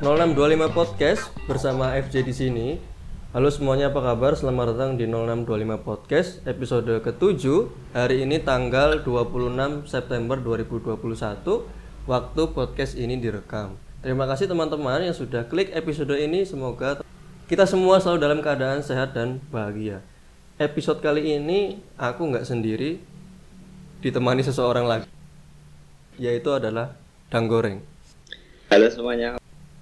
0625 Podcast bersama FJ di sini. Halo semuanya, apa kabar? Selamat datang di 0625 Podcast episode ke-7. Hari ini tanggal 26 September 2021 waktu podcast ini direkam. Terima kasih teman-teman yang sudah klik episode ini. Semoga kita semua selalu dalam keadaan sehat dan bahagia. Episode kali ini aku nggak sendiri, ditemani seseorang lagi, yaitu adalah Dang Goreng. Halo semuanya.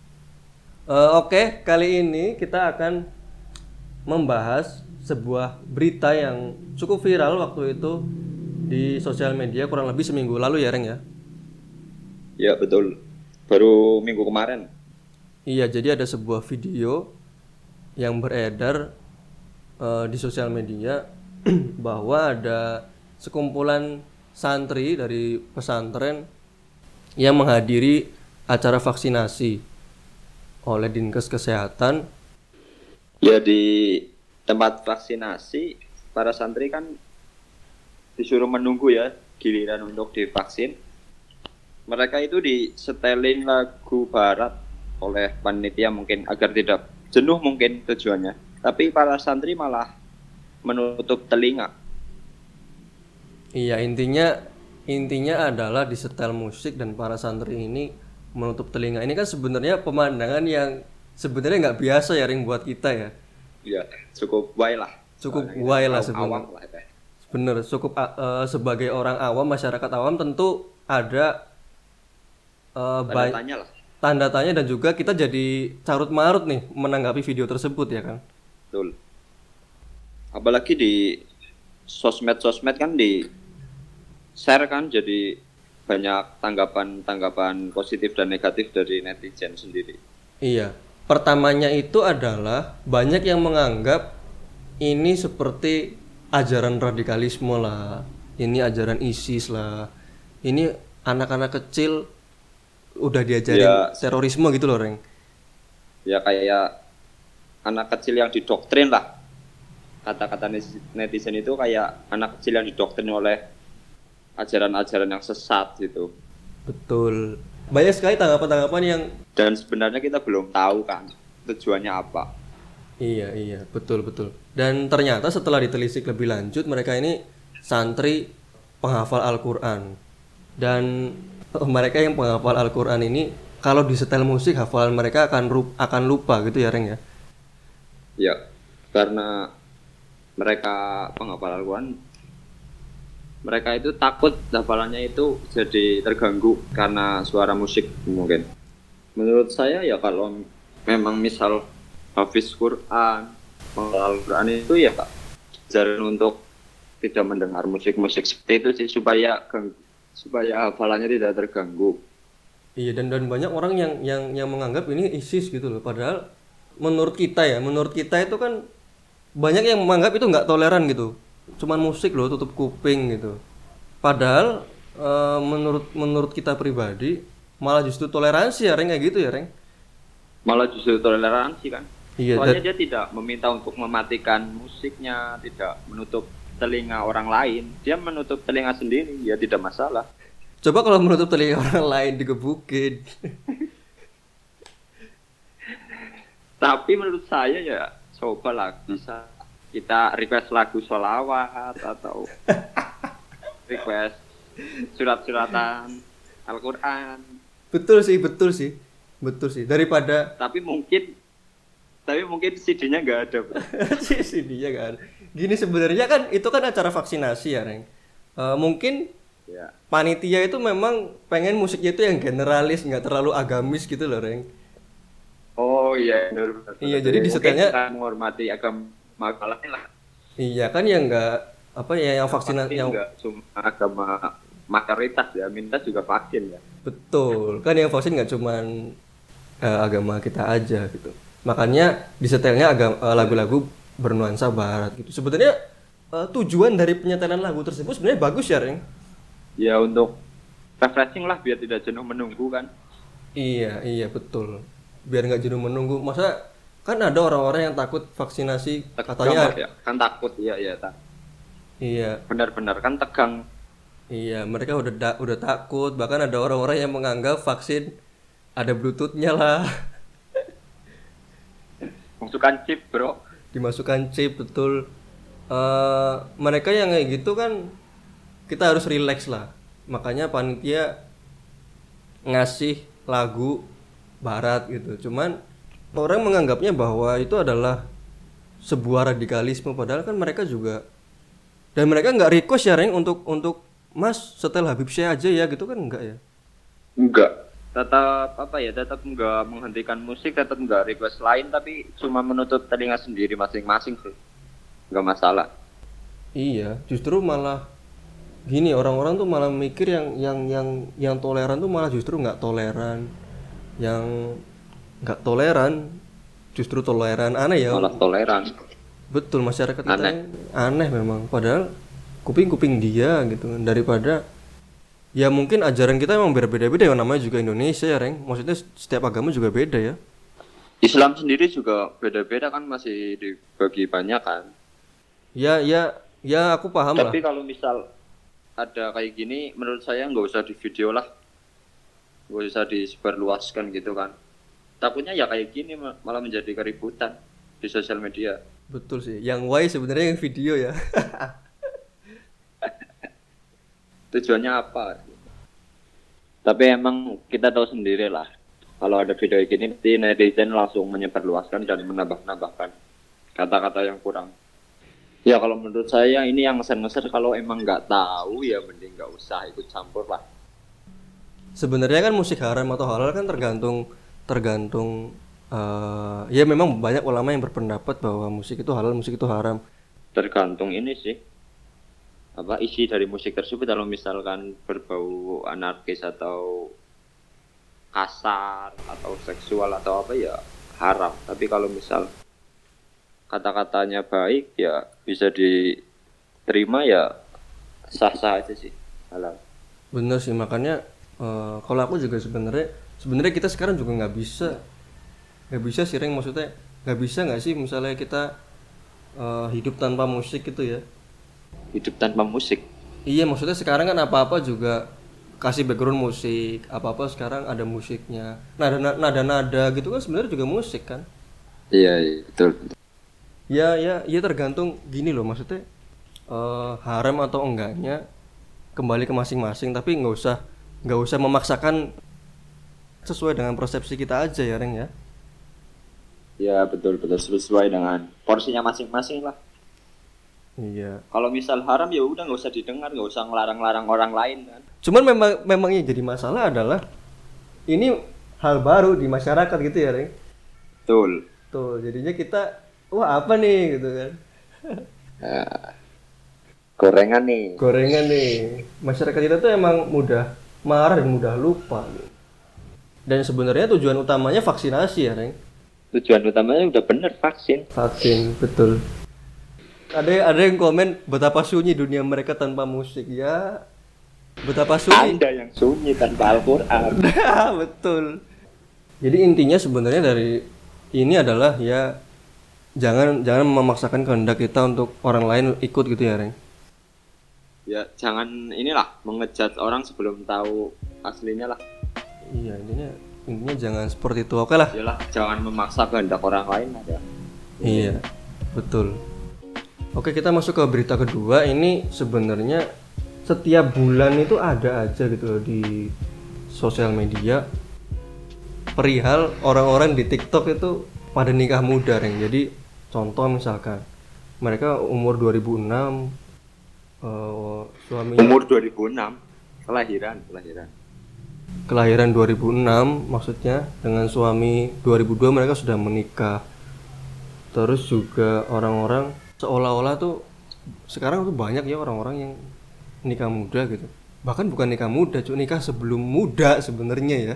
Oke, kali ini kita akan membahas sebuah berita yang cukup viral waktu itu di sosial media kurang lebih seminggu lalu ya, Reng ya? Ya betul, baru minggu kemarin. Iya, jadi ada sebuah video yang beredar di sosial media bahwa ada sekumpulan santri dari pesantren yang menghadiri acara vaksinasi oleh Dinkes Kesehatan. Ya di tempat vaksinasi para santri kan disuruh menunggu ya giliran untuk divaksin. Mereka itu disetelin lagu barat oleh panitia mungkin agar tidak jenuh mungkin tujuannya. Tapi para santri malah menutup telinga. Iya, intinya adalah disetel musik dan para santri ini menutup telinga. Ini kan sebenarnya pemandangan yang sebenarnya nggak biasa ya, Ring, buat kita ya. Ya cukup way lah. Cukup way lah sebenarnya. Bener, cukup sebagai orang awam, masyarakat awam tentu ada tanda tanya dan juga kita jadi carut marut nih menanggapi video tersebut ya kan. Betul. Apalagi di sosmed kan di share kan, jadi banyak tanggapan positif dan negatif dari netizen sendiri. Iya. Pertamanya itu adalah banyak yang menganggap ini seperti ajaran radikalisme lah. Ini ajaran ISIS lah. Ini anak-anak kecil udah diajarin terorisme gitu loh, Reng. Ya kayak anak kecil yang didoktrin lah. Kata-kata netizen itu kayak anak kecil yang didoktrin oleh ajaran-ajaran yang sesat gitu. Betul. Banyak sekali tanggapan-tanggapan yang dan sebenarnya kita belum tahu kan tujuannya apa. Iya, betul. Dan ternyata setelah ditelisik lebih lanjut, mereka ini santri penghafal Al-Qur'an. Dan mereka yang penghafal Al-Qur'an ini kalau disetel musik hafalan mereka akan lupa gitu ya, Reng ya. Ya, karena mereka penghafal Al-Qur'an, mereka itu takut hafalannya itu jadi terganggu karena suara musik mungkin. Menurut saya ya kalau memang misal hafiz Quran, penghafal Quran itu ya jarang untuk tidak mendengar musik-musik seperti itu sih supaya hafalannya tidak terganggu. Iya, dan banyak orang yang menganggap ini ISIS gitu loh. Padahal menurut kita itu kan banyak yang menganggap itu nggak toleran gitu. Cuman musik loh, tutup kuping gitu. Padahal menurut kita pribadi malah justru toleransi ya, Reng, kayak gitu ya, Reng. Malah justru toleransi kan. Iya, soalnya dia tidak meminta untuk mematikan musiknya, tidak menutup telinga orang lain. Dia menutup telinga sendiri, ya tidak masalah. Coba kalau menutup telinga orang lain digebukin. Tapi menurut saya ya cobalah bisa kita request lagu sholawat atau request surat-suratan Al-Quran. Betul sih. Daripada tapi mungkin CD-nya nggak ada. CD-nya nggak ada. Gini, sebenarnya kan itu kan acara vaksinasi ya, Reng. Mungkin ya, panitia itu memang pengen musiknya itu yang generalis, nggak terlalu agamis gitu loh, Reng. Oh iya, benar. Iya, jadi disetelnya kita menghormati agama lain lah. Iya kan, yang enggak apa ya, yang vaksinasi yang enggak cuma agama mayoritas ya, minta juga vaksin ya. Betul. Kan yang vaksin enggak cuma agama kita aja gitu. Makanya disetelnya lagu-lagu bernuansa barat gitu. Sebenarnya tujuan dari penyetelan lagu tersebut sebenarnya bagus ya, Reng. Ya untuk refreshing lah biar tidak jenuh menunggu kan. Iya betul. Biar enggak jenuh menunggu. Masa kan ada orang-orang yang takut vaksinasi, katanya ya, kan takut ya tak. Iya. Benar-benar kan tegang. Iya, mereka udah takut. Bahkan ada orang-orang yang menganggap vaksin ada bluetoothnya lah. Dimasukkan chip, bro. Dimasukkan chip, betul. Mereka yang kayak gitu kan kita harus relax lah. Makanya panitia ngasih lagu barat gitu. Cuman orang menganggapnya bahwa itu adalah sebuah radikalisme, padahal kan mereka juga, dan mereka nggak request ya Reng untuk Mas setel Habib Syekh aja ya gitu kan, enggak ya? Enggak. Tetap enggak menghentikan musik, tetap enggak request lain, tapi cuma menutup telinga sendiri masing-masing sih. Enggak masalah. Iya, justru malah gini, orang-orang tuh malah mikir yang toleran tuh malah justru nggak toleran, yang nggak toleran justru toleran, aneh ya. Malah toleran. Betul, masyarakat kita aneh memang, padahal kuping dia gitu kan, daripada ya mungkin ajaran kita emang berbeda-beda ya, namanya juga Indonesia ya Reng, maksudnya setiap agama juga beda ya. Islam sendiri juga beda-beda kan, masih dibagi banyak kan. Ya aku paham lah. Tapi kalau misal ada kayak gini, menurut saya nggak usah di video lah, nggak usah disebarluaskan gitu kan. Takutnya ya kayak gini malah menjadi keributan di sosial media. Betul sih, yang why sebenarnya yang video ya. Tujuannya apa? Tapi emang kita tahu sendiri lah, kalau ada video gini nanti netizen langsung menyebarluaskan dan menambah-nambahkan kata-kata yang kurang. Ya kalau menurut saya ini yang ngeser-ngeser, kalau emang nggak tahu ya mending nggak usah ikut campur lah. Sebenarnya kan musik haram atau halal kan tergantung ya memang banyak ulama yang berpendapat bahwa musik itu halal, musik itu haram. Tergantung ini sih, apa isi dari musik tersebut. Kalau misalkan berbau anarkis atau kasar atau seksual atau apa ya haram. Tapi kalau misal kata-katanya baik ya bisa diterima, ya sah-sah aja sih, halal. Bener sih, makanya kalau aku juga sebenarnya kita sekarang juga nggak bisa sih Reng, maksudnya nggak bisa nggak sih misalnya kita hidup tanpa musik gitu ya. Hidup tanpa musik? Iya, maksudnya sekarang kan apa-apa juga kasih background musik, apa-apa sekarang ada musiknya, nada gitu kan sebenarnya juga musik kan. Iya betul. Ya tergantung gini loh, maksudnya haram atau enggaknya kembali ke masing-masing, tapi nggak usah memaksakan, sesuai dengan persepsi kita aja ya Reng ya. Ya betul sesuai dengan porsinya masing-masing lah. Iya. Kalau misal haram ya udah nggak usah didengar, nggak usah ngelarang-larang orang lain kan. Cuman memang yang jadi masalah adalah ini hal baru di masyarakat gitu ya Reng. Betul. Tuh jadinya kita wah apa nih gitu kan. Gorengan nih. Masyarakat kita tuh emang mudah marah dan mudah lupa gitu. Dan sebenarnya tujuan utamanya vaksinasi ya Reng. Tujuan utamanya udah bener, vaksin, betul. Ada yang komen betapa sunyi dunia mereka tanpa musik ya. Betapa sunyi. Anda yang sunyi tanpa Al-Quran. Betul. Jadi intinya sebenarnya dari ini adalah ya jangan memaksakan kehendak kita untuk orang lain ikut gitu ya Reng. Ya jangan inilah mengejat orang sebelum tahu aslinya lah. Iya, intinya jangan seperti itu. Oke lah. Iyalah, jangan memaksa kehendak orang lain aja. Iya, betul. Oke, kita masuk ke berita kedua. Ini sebenarnya setiap bulan itu ada aja gitu loh di sosial media perihal orang-orang di TikTok itu pada nikah muda Reng. Jadi contoh misalkan mereka umur 2006, suaminya umur 2006 kelahiran 2006 maksudnya, dengan suami 2002 mereka sudah menikah. Terus juga orang-orang seolah-olah tuh sekarang tuh banyak ya orang-orang yang nikah muda gitu. Bahkan bukan nikah muda, cuma nikah sebelum muda sebenarnya ya.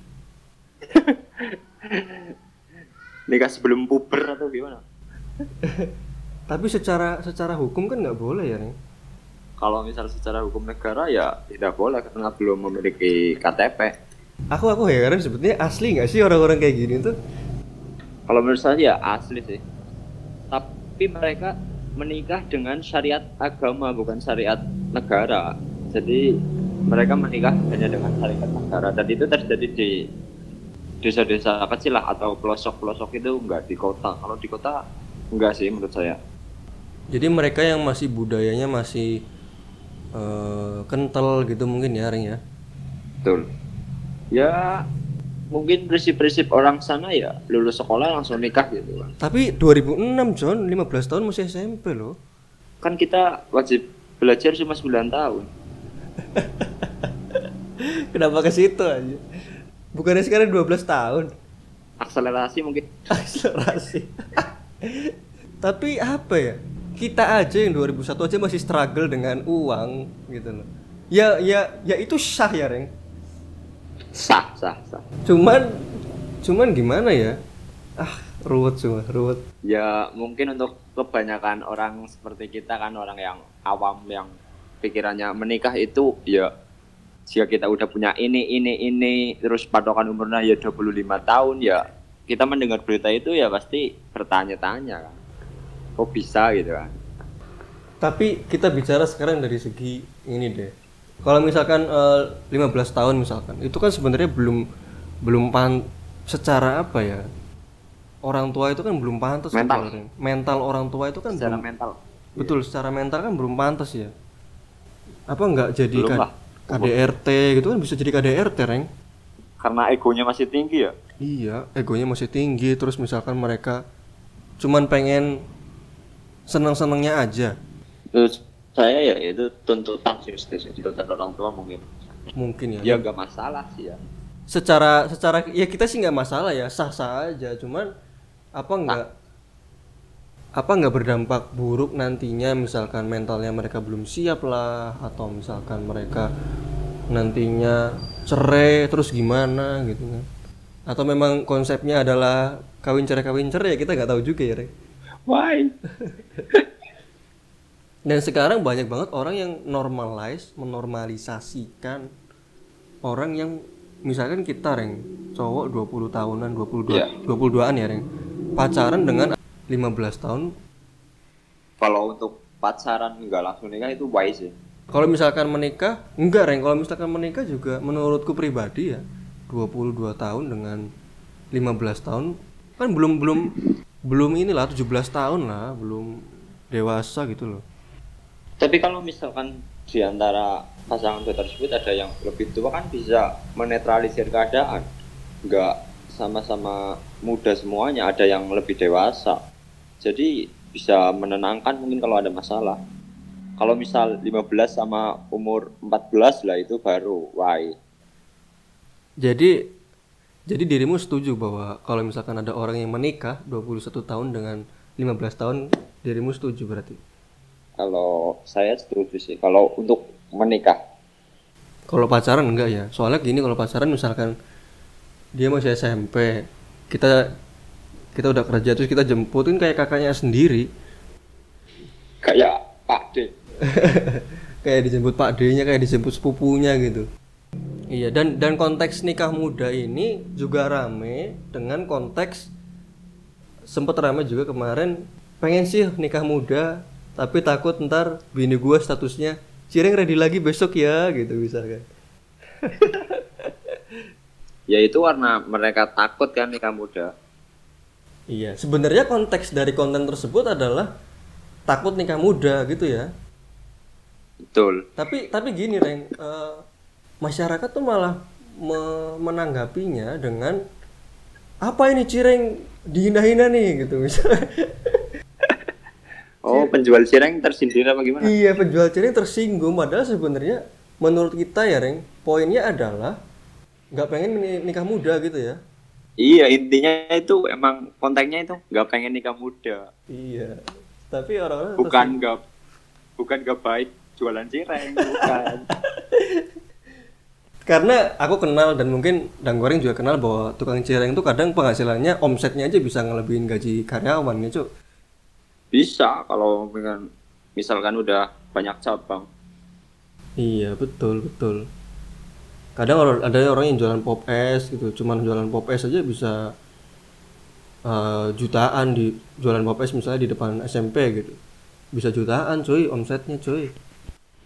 Nikah sebelum puber atau gimana? Tapi secara hukum kan nggak boleh ya Nih. Kalau misal secara hukum negara ya tidak boleh karena belum memiliki KTP. Aku heran sebetulnya, asli nggak sih orang-orang kayak gini tuh? Kalau menurut saya ya asli sih. Tapi mereka menikah dengan syariat agama bukan syariat negara. Jadi mereka menikah hanya dengan syariat negara dan itu terjadi di desa-desa kecil lah atau pelosok-pelosok itu enggak di kota. Kalau di kota enggak sih menurut saya. Jadi mereka yang masih budayanya masih kental gitu mungkin ya, Ring ya. Betul. Ya mungkin prinsip-prinsip orang sana ya lulus sekolah langsung nikah gitu kan. Tapi 2006 John, 15 tahun masih SMP loh. Kan kita wajib belajar cuma 9 tahun. Kenapa ke situ aja? Bukannya sekarang 12 tahun. Akselerasi mungkin. Akselerasi. Tapi apa ya? Kita aja yang 2001 aja masih struggle dengan uang gitu loh. Ya itu sah ya, Reng. Sah. Cuman gimana ya? Ruwet semua, ruwet. Ya mungkin untuk kebanyakan orang seperti kita kan orang yang awam yang pikirannya menikah itu ya jika kita udah punya ini terus patokan umurnya ya 25 tahun ya kita mendengar berita itu ya pasti bertanya-tanya kan. Kok bisa gitu kan. Tapi kita bicara sekarang dari segi ini deh. Kalau misalkan 15 tahun misalkan, itu kan sebenarnya belum secara apa ya? Orang tua itu kan belum pantas mental orang tua itu kan secara belum, mental. Betul, secara mental kan belum pantas ya. Apa enggak jadi KDRT gitu kan, bisa jadi KDRT, Reng? Karena egonya masih tinggi ya? Iya, egonya masih tinggi. Terus misalkan mereka cuman pengen senang-senangnya aja. Terus saya ya itu tuntutan sih, tuntutan orang tua mungkin ya. Ya nggak masalah sih ya. Secara ya kita sih nggak masalah ya, sah-sah aja. Cuman apa nggak berdampak buruk nantinya, misalkan mentalnya mereka belum siap lah, atau misalkan mereka nantinya cerai terus gimana gitu kan? Atau memang konsepnya adalah kawin cerai ya, kita nggak tahu juga ya, Rek. Why? Dan sekarang banyak banget orang yang menormalisasikan orang yang misalkan kita, Reng, cowok 20 tahunan, 22-an ya, Reng, pacaran dengan 15 tahun. Kalau untuk pacaran enggak langsung nikah itu wise sih. Kalau misalkan menikah, enggak, Reng, kalau misalkan menikah juga menurutku pribadi ya, 22 tahun dengan 15 tahun kan belum inilah 17 tahun lah, belum dewasa gitu loh. Tapi kalau misalkan di antara pasangan tersebut ada yang lebih tua kan bisa menetralisir keadaan. Enggak sama-sama muda semuanya, ada yang lebih dewasa. Jadi bisa menenangkan mungkin kalau ada masalah. Kalau misal 15 sama umur 14 lah itu baru why. Jadi dirimu setuju bahwa kalau misalkan ada orang yang menikah 21 tahun dengan 15 tahun, dirimu setuju berarti? Kalau saya setuju sih, kalau untuk menikah. Kalau pacaran enggak ya? Soalnya gini, kalau pacaran misalkan dia masih SMP, kita udah kerja terus kita jemputin kayak kakaknya sendiri. Kayak Pak D. Kayak dijemput Pak D-nya, kayak dijemput sepupunya gitu. Iya, dan konteks nikah muda ini juga rame dengan konteks sempet rame juga kemarin, pengen sih nikah muda tapi takut ntar bini gue statusnya Cireng ready lagi besok ya gitu misalkan. Ya itu karena mereka takut kan nikah muda. Iya, sebenarnya konteks dari konten tersebut adalah takut nikah muda gitu ya. Betul. Tapi gini, Reng, masyarakat tuh malah menanggapinya dengan apa ini Cireng dihina-hina nih gitu misalnya. Oh, penjual cireng tersindir apa gimana? Iya, penjual cireng tersinggung. Padahal sebenarnya menurut kita ya, Reng, poinnya adalah nggak pengen nikah muda gitu ya. Iya, intinya itu emang kontennya itu nggak pengen nikah muda. Iya, tapi orang-orang bukan nggak baik jualan cireng, bukan. Karena aku kenal dan mungkin Dang Goreng juga kenal bahwa tukang cireng itu kadang penghasilannya omsetnya aja bisa ngelebihin gaji karyawan ya, Cuk. Bisa kalau misalkan udah banyak cabang. Iya, betul. Kadang ada orang yang jualan pop es gitu, cuman jualan pop es aja bisa jutaan di jualan pop es misalnya di depan SMP gitu. Bisa jutaan cuy omsetnya cuy.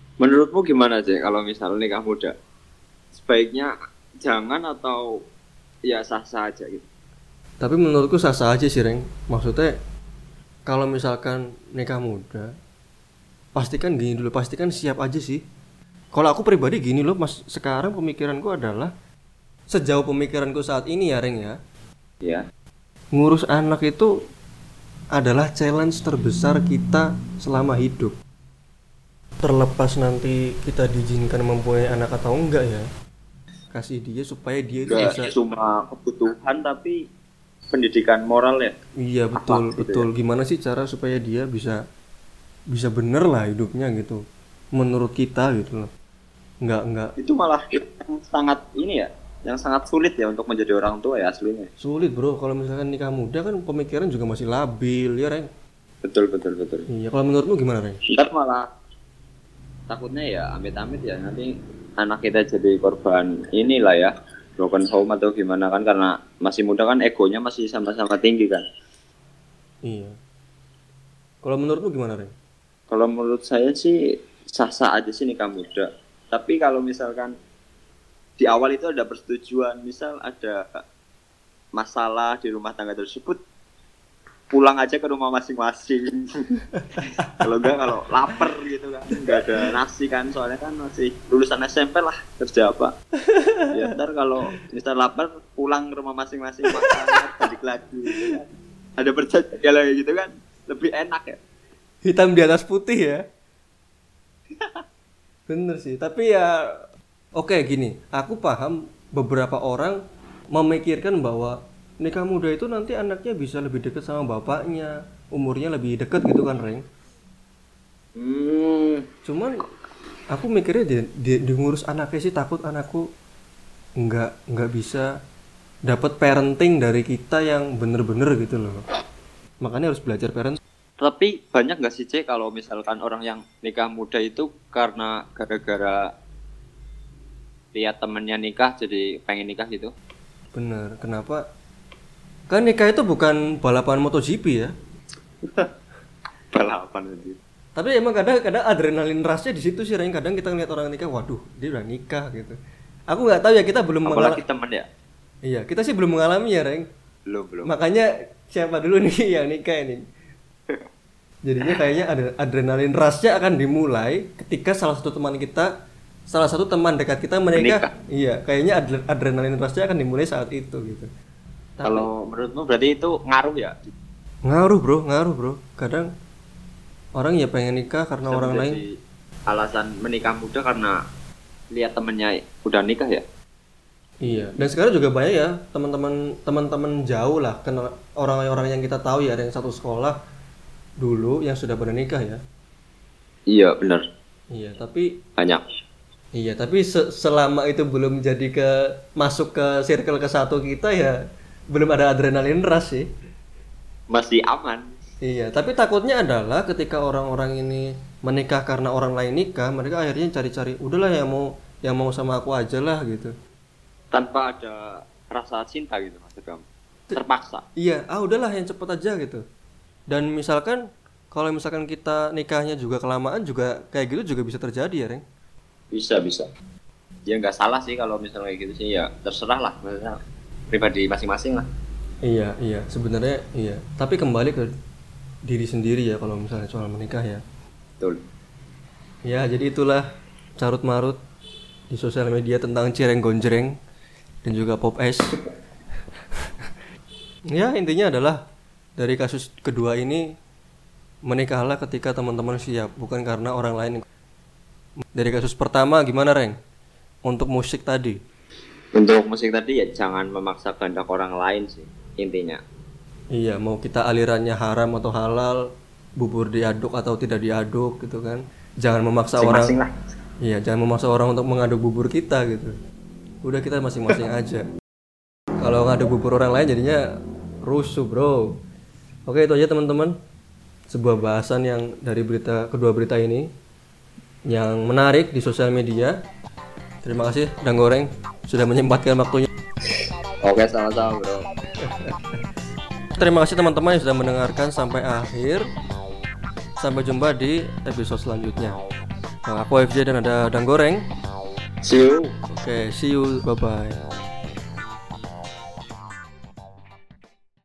Menurutmu gimana sih kalau misalnya nikah muda? Sebaiknya jangan atau ya sah-sah aja gitu. Tapi menurutku sah-sah aja sih, Reng. Maksudnya kalau misalkan nikah muda, pastikan gini dulu, pastikan siap aja sih. Kalau aku pribadi gini loh, Mas, sekarang pemikiranku adalah sejauh pemikiranku saat ini ya, Reng ya. Ya. Ngurus anak itu adalah challenge terbesar kita selama hidup. Terlepas nanti kita diizinkan mempunyai anak atau enggak ya, kasih dia supaya dia itu Gak bisa. cuma kebutuhan tapi pendidikan moral ya. Iya betul Akhlak gitu betul. Gimana sih cara supaya dia bisa bener lah hidupnya gitu. Menurut kita gitu loh. Enggak Itu malah yang sangat ini ya, yang sangat sulit ya untuk menjadi orang tua ya aslinya. sulit bro. Kalau misalkan nikah muda kan pemikiran juga masih labil ya, Reng. Betul. Iya. Kalau menurutmu gimana, Reng? Ntar malah takutnya ya amit-amit ya nanti anak kita jadi korban inilah ya, broken home atau gimana kan, karena masih muda kan, egonya masih sama-sama tinggi kan. Iya. Kalau menurutmu gimana, Reng? Kalau menurut saya sih sah-sah aja sih nikah muda. Tapi kalau misalkan di awal itu ada persetujuan, misal ada masalah di rumah tangga tersebut, pulang aja ke rumah masing-masing. Kalau enggak, kalau lapar gitu kan, nggak ada nasi kan, soalnya kan masih lulusan SMP lah, kerja apa ya, ntar kalau misal lapar pulang ke rumah masing-masing, makan balik lagi gitu kan. Ada perjanjian kayak gitu kan, lebih enak ya. Hitam di atas putih ya. Bener sih, tapi ya oke gini, aku paham beberapa orang memikirkan bahwa nikah muda itu nanti anaknya bisa lebih dekat sama bapaknya, umurnya lebih dekat gitu kan, Reng. Cuman aku mikirnya di ngurus anaknya sih, takut anakku nggak bisa dapat parenting dari kita yang bener-bener gitu loh. Makanya harus belajar parenting. Tapi banyak nggak sih C kalau misalkan orang yang nikah muda itu karena gara-gara lihat temennya nikah jadi pengen nikah gitu? Bener, kenapa? Kan nikah itu bukan balapan MotoGP ya. Balapan gitu. Tapi emang kadang adrenalin rushnya di situ sih, Reng. Kadang kita ngeliat orang nikah, waduh, dia udah nikah gitu. Aku nggak tahu ya, kita belum Apalagi temen ya? Iya, kita sih belum mengalami ya, Reng. Belum. Makanya siapa dulu nih yang nikah ini? Jadinya kayaknya ada adrenalin rushnya akan dimulai ketika salah satu teman dekat kita menikah. Iya, kayaknya adrenalin rushnya akan dimulai saat itu gitu. Kalau menurutmu berarti itu ngaruh ya? Ngaruh bro. Kadang orang ya pengen nikah karena Bisa orang lain. Alasan menikah muda karena lihat temennya udah nikah ya? Iya. Dan sekarang juga banyak ya teman-teman jauh lah, kenal orang-orang yang kita tahu ya, ada yang satu sekolah dulu yang sudah pada nikah ya. Iya benar. Iya, tapi Banyak. iya, tapi selama itu belum jadi masuk ke circle ke satu kita ya, belum ada adrenalin rush sih. Masih aman. Iya, tapi takutnya adalah ketika orang-orang ini menikah karena orang lain nikah, mereka akhirnya cari-cari, udahlah yang mau sama aku aja lah gitu. Tanpa ada rasa cinta gitu maksud kamu. Terpaksa. Iya, udahlah yang cepet aja gitu. Dan kalau misalkan kita nikahnya juga kelamaan juga kayak gitu juga bisa terjadi ya, Reng. Bisa. Ya nggak salah sih kalau misalnya kayak gitu sih, ya terserah lah, maksudnya pribadi masing-masing lah. Iya, sebenarnya iya. Tapi kembali ke diri sendiri ya kalau misalnya soal menikah ya. Betul. Ya, jadi itulah carut marut di sosial media tentang cireng gonjreng dan juga pop es. Ya, intinya adalah dari kasus kedua ini, menikahlah ketika teman-teman siap, bukan karena orang lain. Dari kasus pertama gimana, Reng? Untuk musik tadi. Untuk musik tadi ya jangan memaksa kehendak orang lain sih intinya. Iya, mau kita alirannya haram atau halal, bubur diaduk atau tidak diaduk gitu kan. Jangan memaksa Masing-masing orang. lah. Iya, jangan memaksa orang untuk mengaduk bubur kita gitu. Udah kita masing-masing aja. Kalau ngaduk bubur orang lain jadinya rusuh, bro. Oke, itu aja teman-teman. Sebuah bahasan yang dari kedua berita ini yang menarik di sosial media. Terima kasih Dang Goreng sudah menyempatkan waktunya. Oke, sama-sama bro. Terima kasih teman-teman yang sudah mendengarkan sampai akhir. Sampai jumpa di episode selanjutnya. Aku FJ dan ada Dang Goreng. See you. Oke, see you, bye bye.